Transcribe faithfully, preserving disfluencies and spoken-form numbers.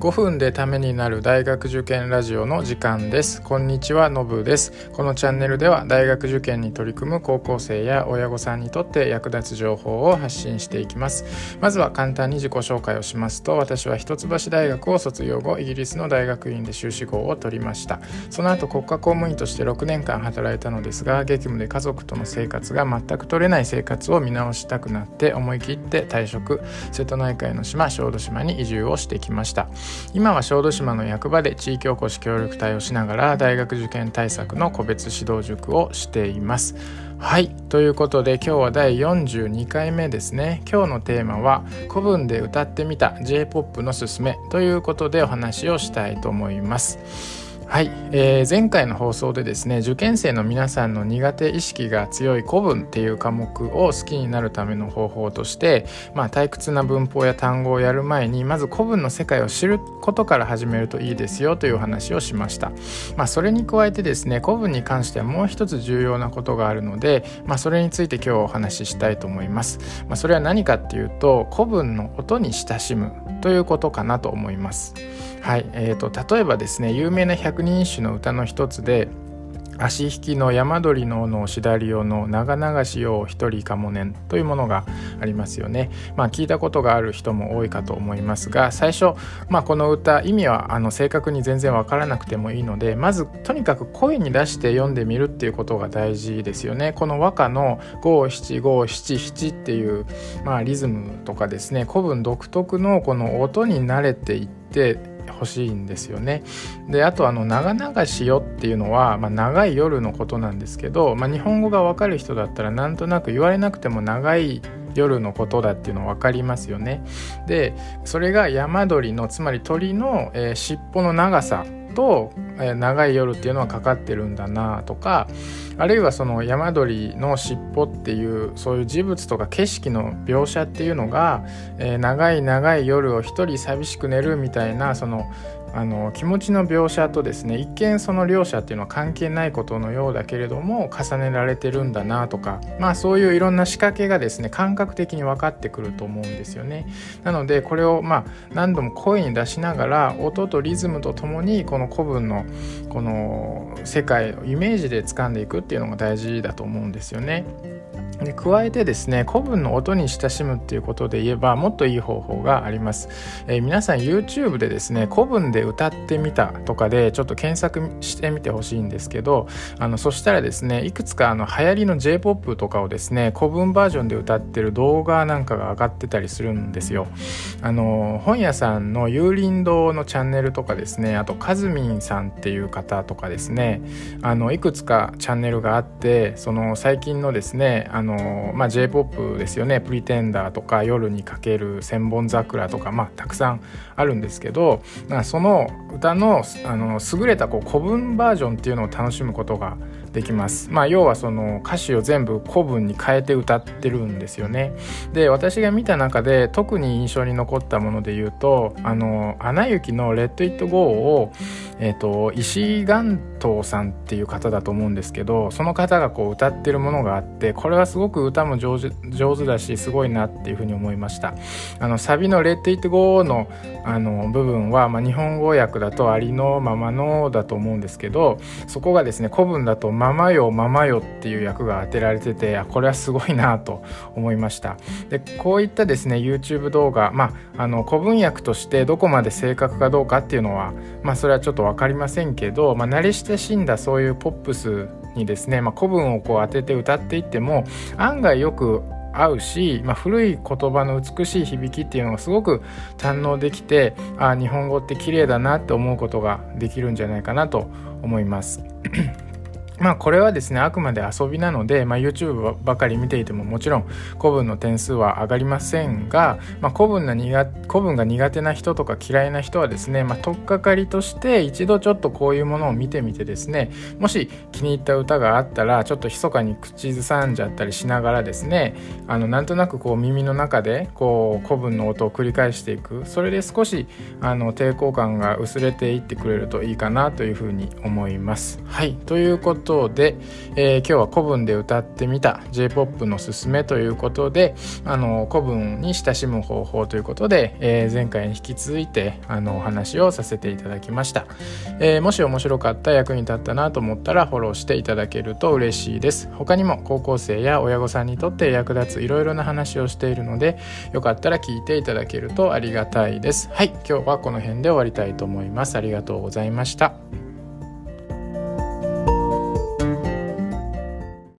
ごふんでためになる大学受験ラジオの時間です。こんにちは、のぶです。このチャンネルでは大学受験に取り組む高校生や親御さんにとって役立つ情報を発信していきます。まずは簡単に自己紹介をしますと、私は一橋大学を卒業後、イギリスの大学院で修士号を取りました。その後国家公務員としてろくねんかん働いたのですが、激務で家族との生活が全く取れない生活を見直したくなって思い切って退職、瀬戸内海の島小豆島に移住をしてきました。今は小豆島の役場で地域おこし協力隊をしながら大学受験対策の個別指導塾をしています。はい、ということで今日はだいよんじゅうにかいめですね。今日のテーマは古文で歌ってみた J-ポップ のすすめということでお話をしたいと思います。はい、えー、前回の放送でですね、受験生の皆さんの苦手意識が強い古文っていう科目を好きになるための方法として、まあ、退屈な文法や単語をやる前にまず古文の世界を知ることから始めるといいですよという話をしました。まあ、それに加えてですね、古文に関してはもう一つ重要なことがあるので、まあ、それについて今日お話ししたいと思います。まあ、それは何かっていうと、古文の音に親しむということかなと思います。はい、えーと、例えばですね、有名な百人一首の歌の一つで、足引きの山鳥の尾のしだりおの長流しよう一人かもねんというものがありますよね。まあ、聞いたことがある人も多いかと思いますが、最初、まあ、この歌意味はあの正確に全然わからなくてもいいので、まずとにかく声に出して読んでみるっていうことが大事ですよね。この和歌のごしちごしちななっていう、まあ、リズムとかですね、古文独特のこの音に慣れていって欲しいんですよね。で、あとあの長流しよっていうのは、まあ、長い夜のことなんですけど、まあ、日本語が分かる人だったらなんとなく言われなくても長い夜のことだっていうの分かりますよね。で、それが山鳥のつまり鳥の、えー、尻尾の長さと、えー、長い夜っていうのはかかってるんだなとか、あるいはその山鳥の尻尾っていうそういう事物とか景色の描写っていうのが、えー、長い長い夜を一人寂しく寝るみたいなそのあの気持ちの描写とですね、一見その両者っていうのは関係ないことのようだけれども重ねられてるんだなとか、まあそういういろんな仕掛けがですね感覚的に分かってくると思うんですよね。なのでこれをまあ何度も声に出しながら音とリズムとともにこの古文のこの世界をイメージで掴んでいくっていうのが大事だと思うんですよね。で、加えてですね、古文の音に親しむっていうことで言えばもっといい方法があります。えー、皆さん YouTube でですね、古文で歌ってみたとかでちょっと検索してみてほしいんですけど、あのそしたらですね、いくつかあの流行りの J-ポップ とかをですね古文バージョンで歌ってる動画なんかが上がってたりするんですよ。あの本屋さんの有林堂のチャンネルとかですね、あとかずみんさんっていう方とかですね、あのいくつかチャンネルがあって、その最近のですねあの、まあ、J-ポップ ですよね、プリテンダーとか夜にかける千本桜とか、まあ、たくさんあるんですけど、まあ、その歌 の, あの優れたこう古文バージョンっていうのを楽しむことができます。まあ、要はその歌詞を全部古文に変えて歌ってるんですよね。で、私が見た中で特に印象に残ったもので言うと、あのアナ雪のレッドイットゴーを、えーと、石井岩東さんっていう方だと思うんですけど、その方がこう歌ってるものがあって、これはすごく歌も上手、上手だしすごいなっていうふうに思いました。あのサビのレッドイットゴーの、あの部分は、まあ、日本語訳だとありのままのだと思うんですけど、そこがですね古文だとママよママよっていう訳が当てられてて、これはすごいなと思いました。で、こういったですね YouTube 動画、まあ、あの古文訳としてどこまで正確かどうかっていうのは、まあ、それはちょっと分かりませんけど、まあ、慣れ親しんだそういうポップスにですね、まあ、古文をこう当てて歌っていっても案外よく合うし、まあ、古い言葉の美しい響きっていうのがすごく堪能できて、あ、日本語って綺麗だなって思うことができるんじゃないかなと思いますまあこれはですねあくまで遊びなので、まあ、YouTube ばかり見ていてももちろん古文の点数は上がりませんが、まあ、古文が苦、古文が苦手な人とか嫌いな人はですね、まあ、取っかかりとして一度ちょっとこういうものを見てみてですね、もし気に入った歌があったらちょっと密かに口ずさんじゃったりしながらですね、あのなんとなくこう耳の中でこう古文の音を繰り返していく、それで少しあの抵抗感が薄れていってくれるといいかなというふうに思います。はい、ということことで、えー、今日は古文で歌ってみた J-ポップ のすすめということで、あの古文に親しむ方法ということで、えー、前回に引き続いてあのお話をさせていただきました。えー、もし面白かった、役に立ったなと思ったらフォローしていただけると嬉しいです。他にも高校生や親御さんにとって役立ついろいろな話をしているので、よかったら聞いていただけるとありがたいです。はい、今日はこの辺で終わりたいと思います。ありがとうございました。